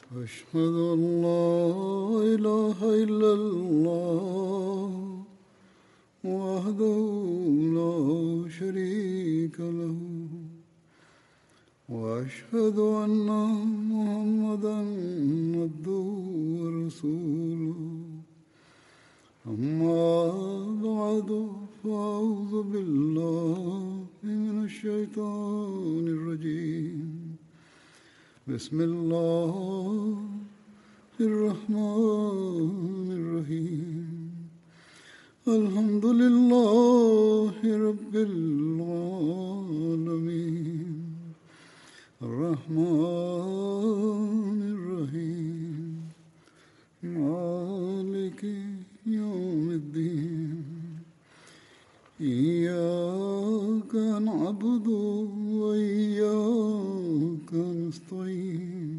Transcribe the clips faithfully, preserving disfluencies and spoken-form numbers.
أشهد أن لا إله إلا الله وحده لا شريك له وأشهد أن محمدا عبده ورسوله أما بعد فأعوذ بالله من الشيطان الرجيم بسم الله الرحمن الرحيم الحمد لله رب العالمين الرحمن الرحيم مالك يوم الدين إياك نعبد وإياك نستعين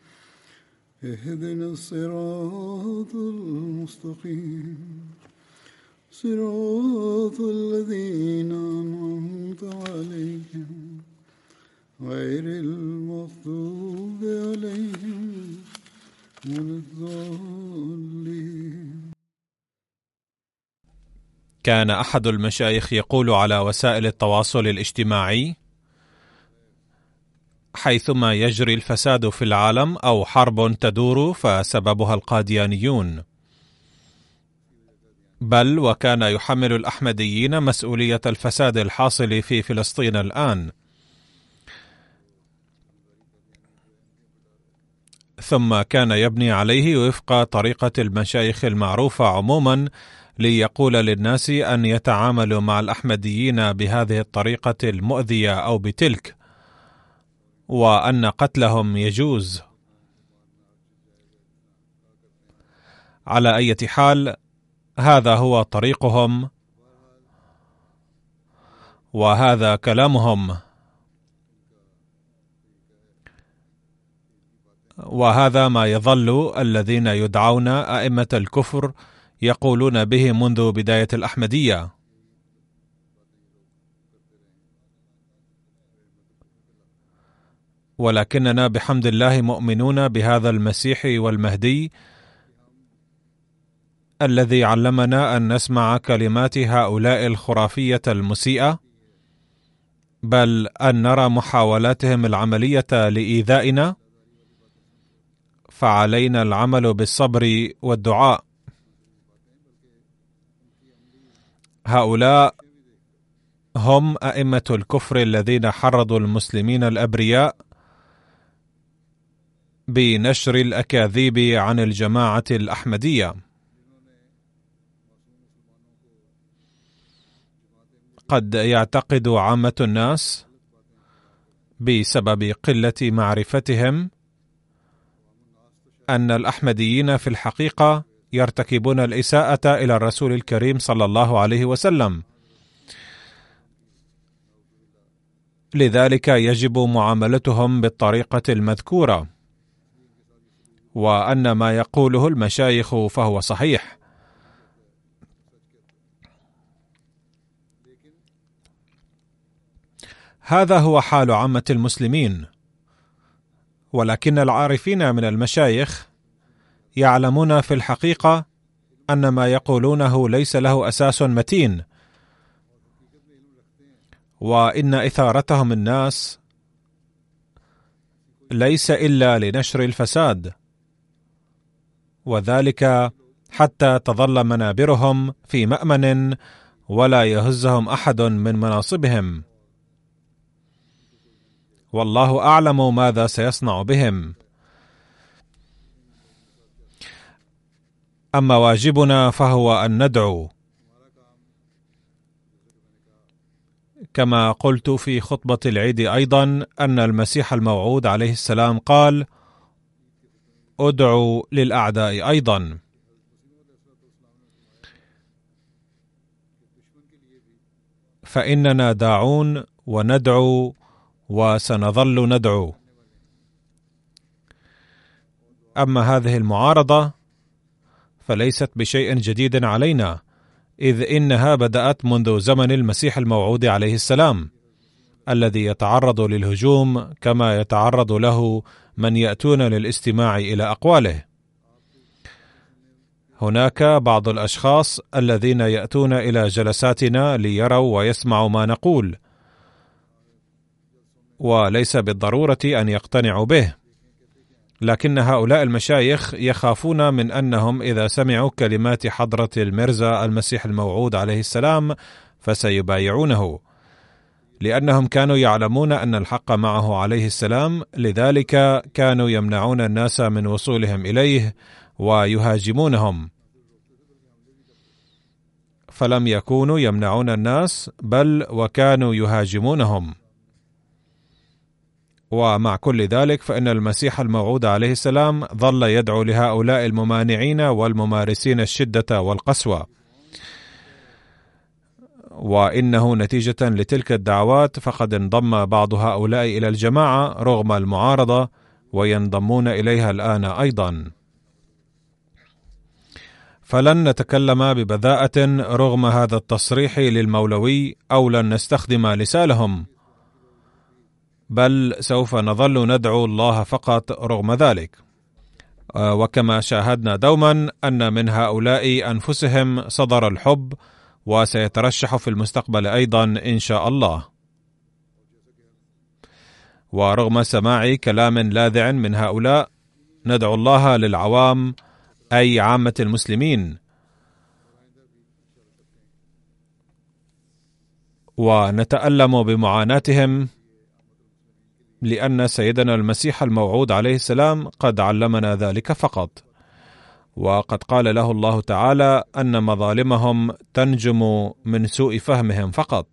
اهدنا الصراط المستقيم صراط الذين أنعمت عليهم غير المغضوب عليهم ولا الضالين. كان أحد المشايخ يقول على وسائل التواصل الاجتماعي: حيثما يجري الفساد في العالم أو حرب تدور فسببها القاديانيون، بل وكان يحمل الأحمديين مسؤولية الفساد الحاصل في فلسطين الآن. ثم كان يبني عليه وفق طريقة المشايخ المعروفة عموما، ليقول للناس أن يتعاملوا مع الأحمديين بهذه الطريقة المؤذية أو بتلك، وأن قتلهم يجوز. على أي حال، هذا هو طريقهم وهذا كلامهم، وهذا ما يظل الذين يدعون أئمة الكفر يقولون به منذ بداية الأحمدية. ولكننا بحمد الله مؤمنون بهذا المسيح والمهدي الذي علمنا أن نسمع كلمات هؤلاء الخرافية المسيئة، بل أن نرى محاولاتهم العملية لإيذائنا، فعلينا العمل بالصبر والدعاء. هؤلاء هم أئمة الكفر الذين حرضوا المسلمين الأبرياء بنشر الأكاذيب عن الجماعة الأحمدية. قد يعتقد عامة الناس بسبب قلة معرفتهم أن الأحمديين في الحقيقة يرتكبون الإساءة إلى الرسول الكريم صلى الله عليه وسلم، لذلك يجب معاملتهم بالطريقة المذكورة، وأن ما يقوله المشايخ فهو صحيح. هذا هو حال عامة المسلمين، ولكن العارفين من المشايخ يعلمون في الحقيقة أن ما يقولونه ليس له أساس متين، وإن إثارتهم الناس ليس إلا لنشر الفساد، وذلك حتى تظل منابرهم في مأمن ولا يهزهم أحد من مناصبهم، والله أعلم ماذا سيصنع بهم. أما واجبنا فهو أن ندعو، كما قلت في خطبة العيد أيضا أن المسيح الموعود عليه السلام قال: ادعوا للأعداء أيضا. فإننا داعون وندعو وسنظل ندعو. أما هذه المعارضة فليست بشيء جديد علينا، إذ إنها بدأت منذ زمن المسيح الموعود عليه السلام، الذي يتعرض للهجوم كما يتعرض له من يأتون للاستماع إلى أقواله. هناك بعض الأشخاص الذين يأتون إلى جلساتنا ليروا ويسمعوا ما نقول، وليس بالضرورة أن يقتنعوا به، لكن هؤلاء المشايخ يخافون من أنهم إذا سمعوا كلمات حضرة الميرزا المسيح الموعود عليه السلام فسيبايعونه، لأنهم كانوا يعلمون أن الحق معه عليه السلام، لذلك كانوا يمنعون الناس من وصولهم إليه ويهاجمونهم. فلم يكونوا يمنعون الناس، بل وكانوا يهاجمونهم. ومع كل ذلك فإن المسيح الموعود عليه السلام ظل يدعو لهؤلاء الممانعين والممارسين الشدة والقسوة، وإنه نتيجة لتلك الدعوات فقد انضم بعض هؤلاء إلى الجماعة رغم المعارضة، وينضمون إليها الآن أيضا. فلن نتكلم ببذاءة رغم هذا التصريح للمولوي، أو لن نستخدم لسانهم، بل سوف نظل ندعو الله فقط رغم ذلك. وكما شاهدنا دوما أن من هؤلاء أنفسهم صدر الحب، وسيترشح في المستقبل أيضا إن شاء الله. ورغم سماع كلام لاذع من هؤلاء ندعو الله للعوام، أي عامة المسلمين، ونتألم بمعاناتهم، لأن سيدنا المسيح الموعود عليه السلام قد علمنا ذلك فقط، وقد قال له الله تعالى أن مظالمهم تنجم من سوء فهمهم فقط.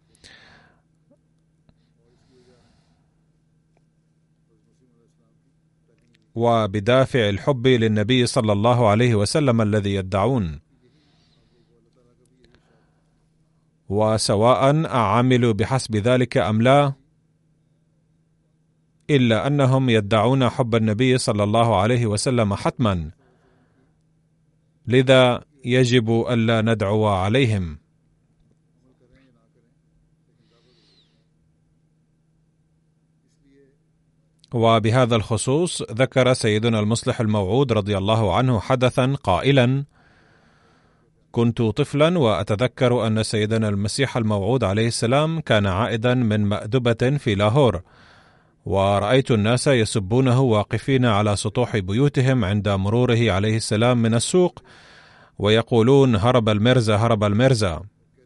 وبدافع الحب للنبي صلى الله عليه وسلم الذي يدعون، وسواء عملوا بحسب ذلك أم لا، إلا أنهم يدعون حب النبي صلى الله عليه وسلم حتما، لذا يجب ألا ندعو عليهم. وبهذا الخصوص ذكر سيدنا المصلح الموعود رضي الله عنه حدثا قائلا: كنت طفلا وأتذكر أن سيدنا المسيح الموعود عليه السلام كان عائدا من مأدبة في لاهور، ورأيت الناس يسبونه واقفين على سطوح بيوتهم عند مروره عليه السلام من السوق، ويقولون: هرب الميرزا هرب الميرزا.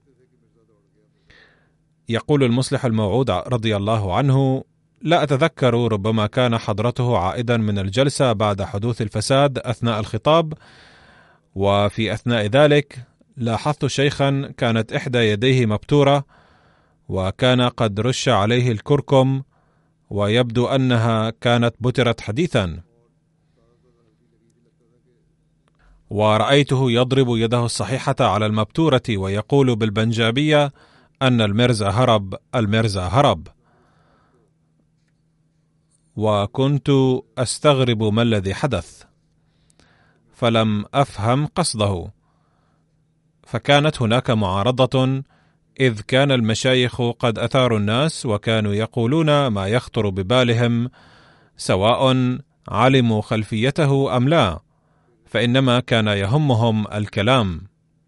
يقول المصلح الموعود رضي الله عنه: لا أتذكر، ربما كان حضرته عائدا من الجلسة بعد حدوث الفساد أثناء الخطاب، وفي أثناء ذلك لاحظت شيخا كانت إحدى يديه مبتورة، وكان قد رش عليه الكركم، ويبدو أنها كانت بترت حديثا، ورأيته يضرب يده الصحيحة على المبتورة ويقول بالبنجابية أن الميرزا هرب الميرزا هرب، وكنت أستغرب ما الذي حدث، فلم أفهم قصده. فكانت هناك معارضة، إذ كان المشايخ قد أثاروا الناس وكانوا يقولون ما يخطر ببالهم، سواء علموا خلفيته أم لا، فإنما كان يهمهم الكلام.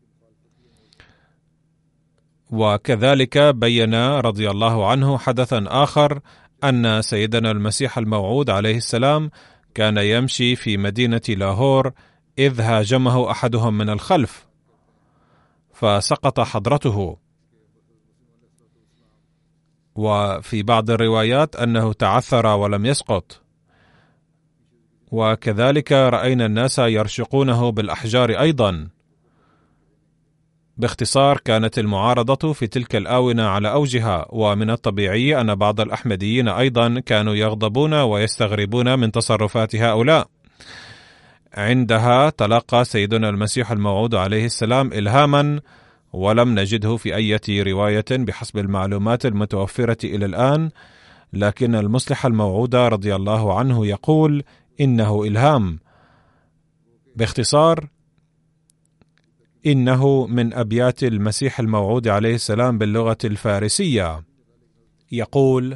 وكذلك بين رضي الله عنه حدثا آخر، أن سيدنا المسيح الموعود عليه السلام كان يمشي في مدينة لاهور، إذ هاجمه أحدهم من الخلف فسقط حضرته، وفي بعض الروايات أنه تعثر ولم يسقط. وكذلك رأينا الناس يرشقونه بالأحجار أيضا. باختصار، كانت المعارضة في تلك الآونة على أوجها، ومن الطبيعي أن بعض الأحمديين أيضا كانوا يغضبون ويستغربون من تصرفات هؤلاء. عندها تلقى سيدنا المسيح الموعود عليه السلام إلهاما، ولم نجده في أي رواية بحسب المعلومات المتوفرة إلى الآن، لكن المصلح الموعود رضي الله عنه يقول إنه إلهام. باختصار، إنه من أبيات المسيح الموعود عليه السلام باللغة الفارسية، يقول: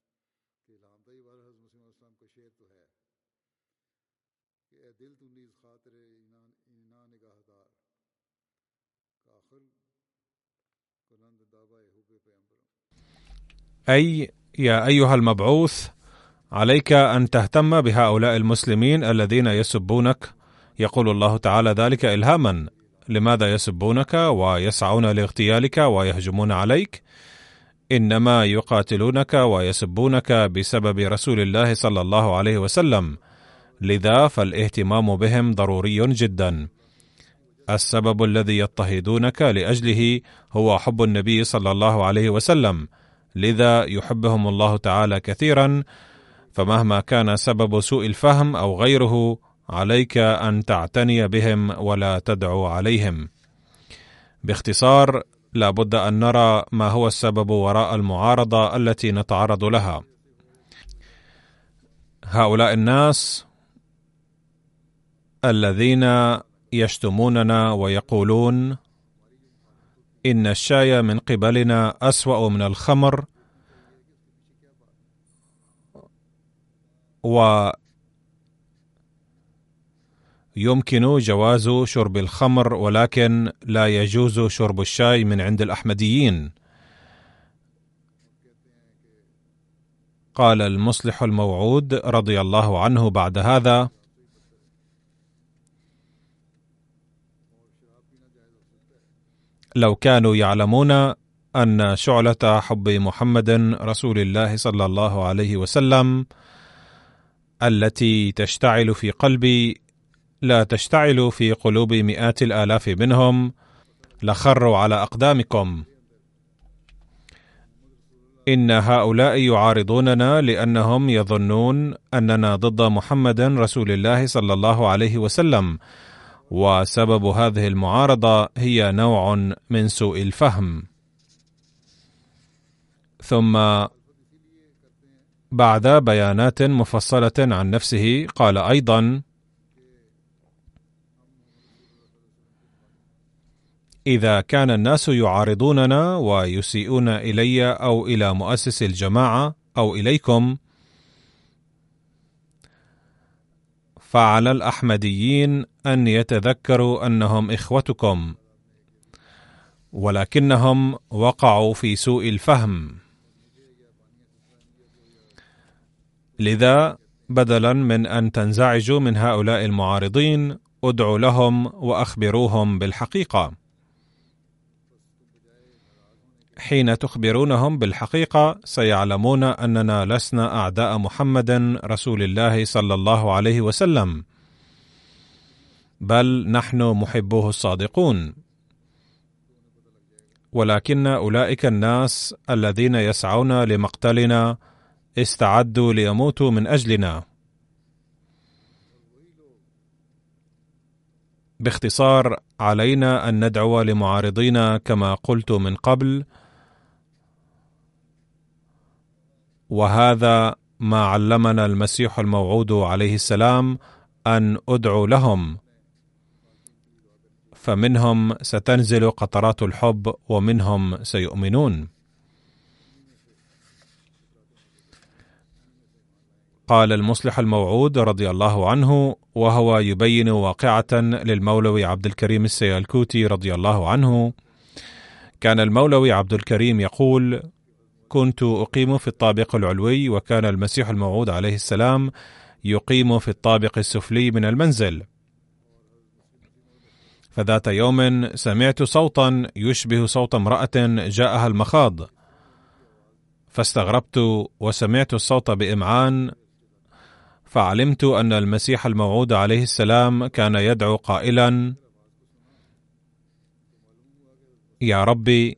أي يا أيها المبعوث، عليك أن تهتم بهؤلاء المسلمين الذين يسبونك. يقول الله تعالى ذلك إلهاما: لماذا يسبونك ويسعون لاغتيالك ويهجمون عليك؟ إنما يقاتلونك ويسبونك بسبب رسول الله صلى الله عليه وسلم، لذا فالاهتمام بهم ضروري جدا. السبب الذي يضطهدونك لأجله هو حب النبي صلى الله عليه وسلم، لذا يحبهم الله تعالى كثيرا، فمهما كان سبب سوء الفهم أو غيره عليك أن تعتني بهم ولا تدعو عليهم. باختصار، لا بد أن نرى ما هو السبب وراء المعارضة التي نتعرض لها. هؤلاء الناس الذين يشتموننا ويقولون إن الشاي من قبلنا أسوأ من الخمر، ويمكن جواز شرب الخمر ولكن لا يجوز شرب الشاي من عند الأحمديين. قال المصلح الموعود رضي الله عنه بعد هذا: لو كانوا يعلمون أن شعلة حب محمد رسول الله صلى الله عليه وسلم التي تشتعل في قلبي لا تشتعل في قلوب مئات الآلاف منهم لخروا على أقدامكم. إن هؤلاء يعارضوننا لأنهم يظنون أننا ضد محمد رسول الله صلى الله عليه وسلم، وسبب هذه المعارضة هي نوع من سوء الفهم. ثم بعد بيانات مفصلة عن نفسه قال أيضا: إذا كان الناس يعارضوننا ويسيئون إلي أو إلى مؤسس الجماعة أو إليكم، فعلى الأحمديين أن يتذكروا أنهم إخوتكم، ولكنهم وقعوا في سوء الفهم. لذا بدلا من أن تنزعجوا من هؤلاء المعارضين، ادعوا لهم وأخبروهم بالحقيقة. حين تخبرونهم بالحقيقة سيعلمون أننا لسنا أعداء محمد رسول الله صلى الله عليه وسلم، بل نحن محبوه الصادقون، ولكن أولئك الناس الذين يسعون لمقتلنا استعدوا ليموتوا من أجلنا. باختصار، علينا أن ندعو لمعارضينا كما قلت من قبل، وهذا ما علمنا المسيح الموعود عليه السلام، أن أدعو لهم، فمنهم ستنزل قطرات الحب ومنهم سيؤمنون. قال المصلح الموعود رضي الله عنه وهو يبين واقعة للمولوي عبد الكريم السيالكوتي رضي الله عنه: كان المولوي عبد الكريم يقول: كنت أقيم في الطابق العلوي، وكان المسيح الموعود عليه السلام يقيم في الطابق السفلي من المنزل. فذات يوم سمعت صوتا يشبه صوت امرأة جاءها المخاض، فاستغربت وسمعت الصوت بإمعان، فعلمت أن المسيح الموعود عليه السلام كان يدعو قائلا: يا ربي،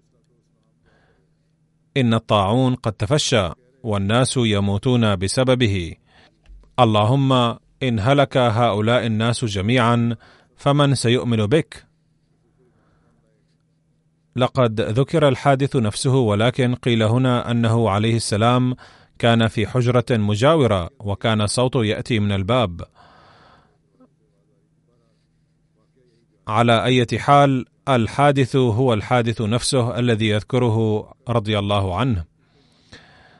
إن الطاعون قد تفشى والناس يموتون بسببه، اللهم إن هلك هؤلاء الناس جميعا فمن سيؤمن بك؟ لقد ذكر الحادث نفسه، ولكن قيل هنا أنه عليه السلام كان في حجرة مجاورة وكان الصوت يأتي من الباب. على أي حال، الحادث هو الحادث نفسه الذي يذكره رضي الله عنه.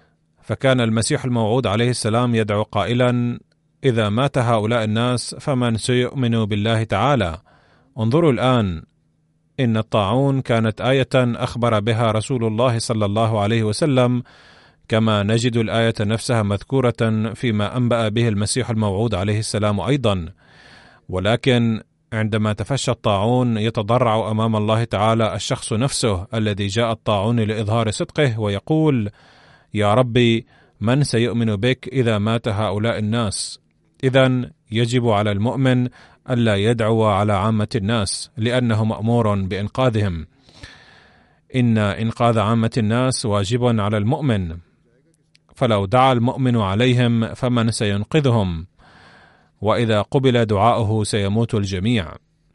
فكان المسيح الموعود عليه السلام يدعو قائلا: إذا مات هؤلاء الناس فمن سيؤمن بالله تعالى؟ انظروا الآن، إن الطاعون كانت آية أخبر بها رسول الله صلى الله عليه وسلم، كما نجد الآية نفسها مذكورة فيما أنبأ به المسيح الموعود عليه السلام أيضا. ولكن عندما تفشى الطاعون يتضرع أمام الله تعالى الشخص نفسه الذي جاء الطاعون لإظهار صدقه ويقول: يا ربي، من سيؤمن بك إذا مات هؤلاء الناس؟ إذن يجب على المؤمن ألا يدعو على عامة الناس، لأنه مأمور بإنقاذهم. إن إنقاذ عامة الناس واجب على المؤمن، فلو دعا المؤمن عليهم فمن سينقذهم؟ وإذا قبل دعاؤه سيموت الجميع.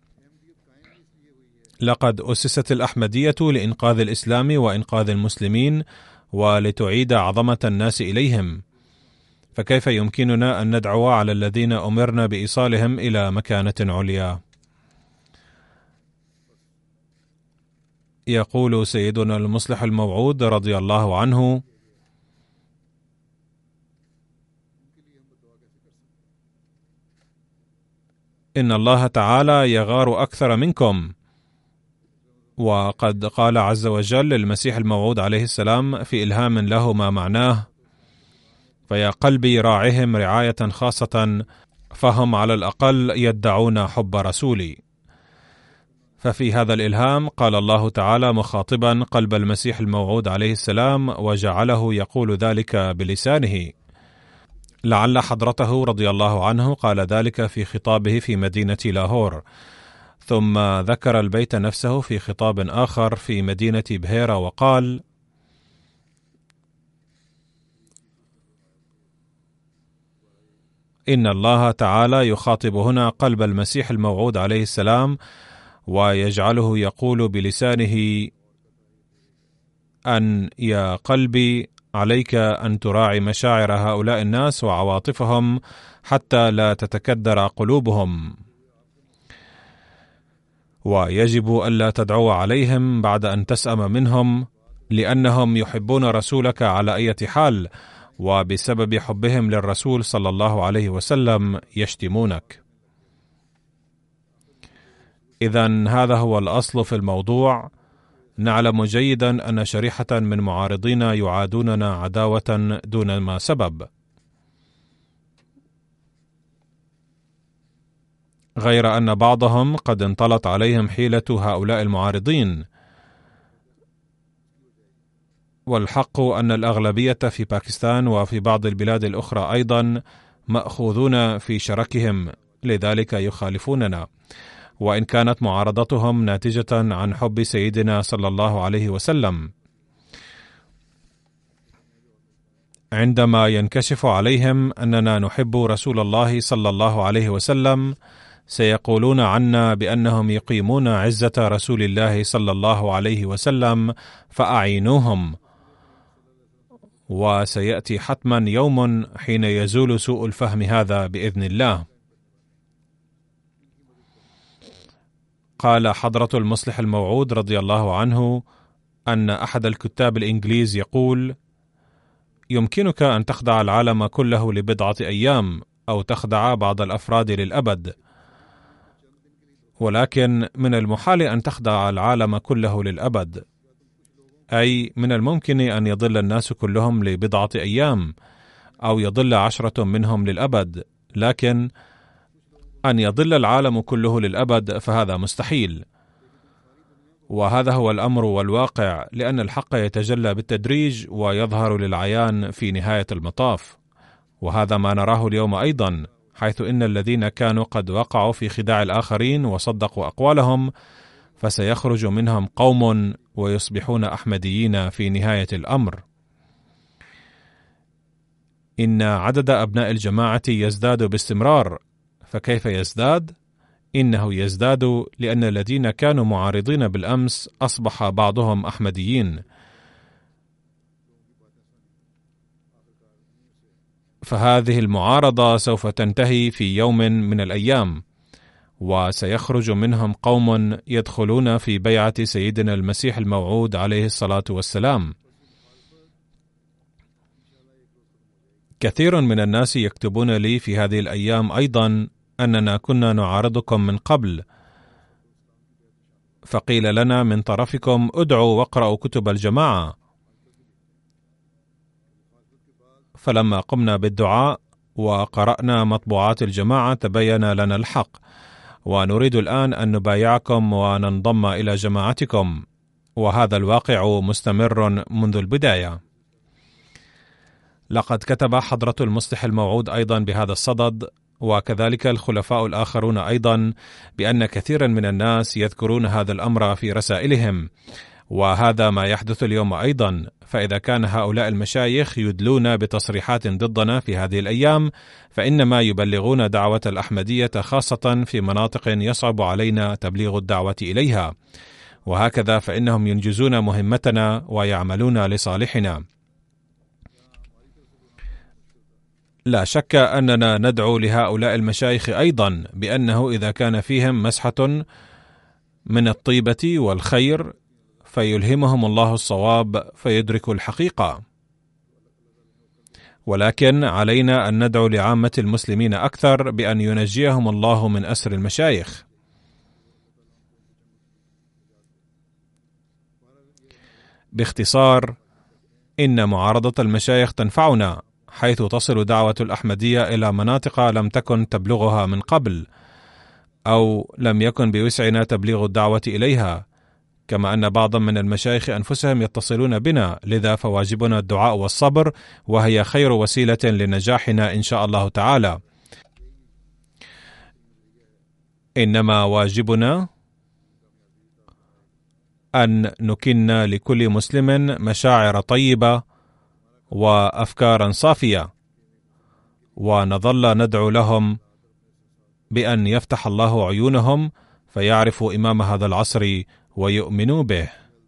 لقد أسست الأحمدية لإنقاذ الإسلام وإنقاذ المسلمين ولتعيد عظمة الناس إليهم، فكيف يمكننا أن ندعو على الذين أمرنا بإيصالهم إلى مكانة عليا؟ يقول سيدنا المصلح الموعود رضي الله عنه: إن الله تعالى يغار أكثر منكم. وقد قال عز وجل للمسيح الموعود عليه السلام في إلهام له ما معناه: فيا قلبي راعهم رعاية خاصة، فهم على الأقل يدعون حب رسولي. ففي هذا الإلهام قال الله تعالى مخاطبا قلب المسيح الموعود عليه السلام، وجعله يقول ذلك بلسانه، لعل حضرته رضي الله عنه قال ذلك في خطابه في مدينة لاهور، ثم ذكر البيت نفسه في خطاب آخر في مدينة بهيرة وقال: إن الله تعالى يخاطب هنا قلب المسيح الموعود عليه السلام، ويجعله يقول بلسانه أن يا قلبي عليك أن تراعي مشاعر هؤلاء الناس وعواطفهم حتى لا تتكدر قلوبهم، ويجب ألا تدعو عليهم بعد أن تسأم منهم، لأنهم يحبون رسولك على أي حال، وبسبب حبهم للرسول صلى الله عليه وسلم يشتمونك. إذن هذا هو الأصل في الموضوع. نعلم جيدا أن شريحة من معارضينا يعادوننا عداوة دون ما سبب، غير أن بعضهم قد انطلت عليهم حيلة هؤلاء المعارضين. والحق أن الأغلبية في باكستان وفي بعض البلاد الأخرى أيضا مأخوذون في شركهم، لذلك يخالفوننا، وإن كانت معارضتهم ناتجة عن حب سيدنا صلى الله عليه وسلم. عندما ينكشف عليهم أننا نحب رسول الله صلى الله عليه وسلم سيقولون عنا بأنهم يقيمون عزة رسول الله صلى الله عليه وسلم، فأعينوهم. وسيأتي حتما يوم حين يزول سوء الفهم هذا بإذن الله. قال حضرة المصلح الموعود رضي الله عنه أن أحد الكتاب الإنجليز يقول: يمكنك أن تخدع العالم كله لبضعة أيام، أو تخدع بعض الأفراد للأبد، ولكن من المحال أن تخدع العالم كله للأبد، أي من الممكن أن يضل الناس كلهم لبضعة أيام، أو يضل عشرة منهم للأبد، لكن أن يضل العالم كله للأبد فهذا مستحيل. وهذا هو الأمر والواقع، لأن الحق يتجلى بالتدريج ويظهر للعيان في نهاية المطاف، وهذا ما نراه اليوم أيضا، حيث إن الذين كانوا قد وقعوا في خداع الآخرين وصدقوا أقوالهم فسيخرج منهم قوم ويصبحون أحمديين في نهاية الأمر. إن عدد أبناء الجماعة يزداد باستمرار، فكيف يزداد؟ إنه يزداد لأن الذين كانوا معارضين بالأمس أصبح بعضهم أحمديين، فهذه المعارضة سوف تنتهي في يوم من الأيام، وسيخرج منهم قوم يدخلون في بيعة سيدنا المسيح الموعود عليه الصلاة والسلام. كثير من الناس يكتبون لي في هذه الأيام أيضا أننا كنا نعارضكم من قبل، فقيل لنا من طرفكم ادعوا واقرأوا كتب الجماعة، فلما قمنا بالدعاء وقرأنا مطبوعات الجماعة تبين لنا الحق، ونريد الآن أن نبايعكم وننضم إلى جماعتكم، وهذا الواقع مستمر منذ البداية. لقد كتب حضرة المصلح الموعود أيضا بهذا الصدد، وكذلك الخلفاء الآخرون أيضا، بأن كثيرا من الناس يذكرون هذا الأمر في رسائلهم، وهذا ما يحدث اليوم أيضا. فإذا كان هؤلاء المشايخ يدلون بتصريحات ضدنا في هذه الأيام، فإنما يبلغون دعوة الأحمدية خاصة في مناطق يصعب علينا تبليغ الدعوة إليها، وهكذا فإنهم ينجزون مهمتنا ويعملون لصالحنا. لا شك أننا ندعو لهؤلاء المشايخ أيضا بأنه إذا كان فيهم مسحة من الطيبة والخير فيلهمهم الله الصواب فيدركوا الحقيقة، ولكن علينا أن ندعو لعامة المسلمين أكثر بأن ينجيهم الله من أسر المشايخ. باختصار، إن معارضة المشايخ تنفعنا، حيث تصل دعوة الأحمدية إلى مناطق لم تكن تبلغها من قبل، أو لم يكن بوسعنا تبليغ الدعوة إليها، كما أن بعضا من المشايخ أنفسهم يتصلون بنا، لذا فواجبنا الدعاء والصبر، وهي خير وسيلة لنجاحنا إن شاء الله تعالى. إنما واجبنا أن نكن لكل مسلم مشاعر طيبة وأفكارا صافية، ونظل ندعو لهم بأن يفتح الله عيونهم فيعرفوا إمام هذا العصر ويؤمنوا به.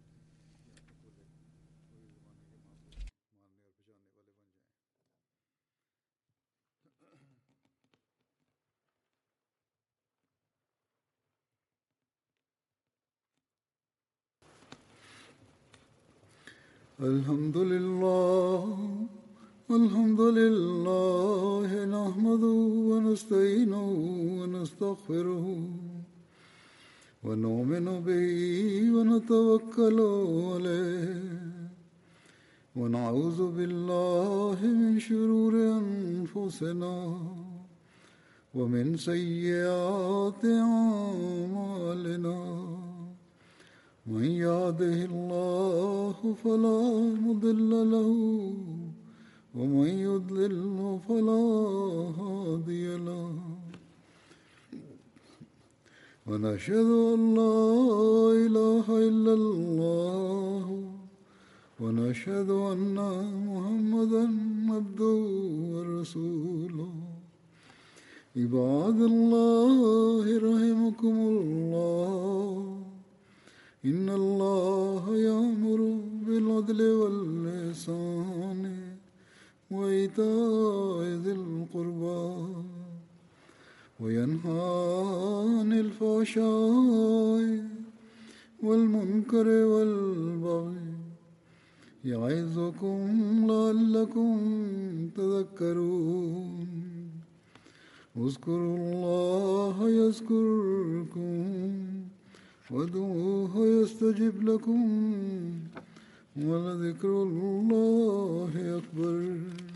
الحمد لله الحمد لله نحمده ونستعينه ونستغفره ونؤمن به ونتوكل عليه ونعوذ بالله من شرور أنفسنا ومن سيئات أعمالنا، من يهده الله فلا مضل له ومن يضلل فلا هادي له، ونشهد أن لا إله إلا الله ونشهد أن محمدا عبده ورسوله. عباد الله رحمكم الله، إن الله يأمر بالعدل والإحسان وإيتاء ذي القربى وينهى عن الفحشاء والمنكر والبغي يعظكم لعلكم تذكرون. اذكروا الله يذكركم وادعوه يستجب لكم ولذكر الله أكبر.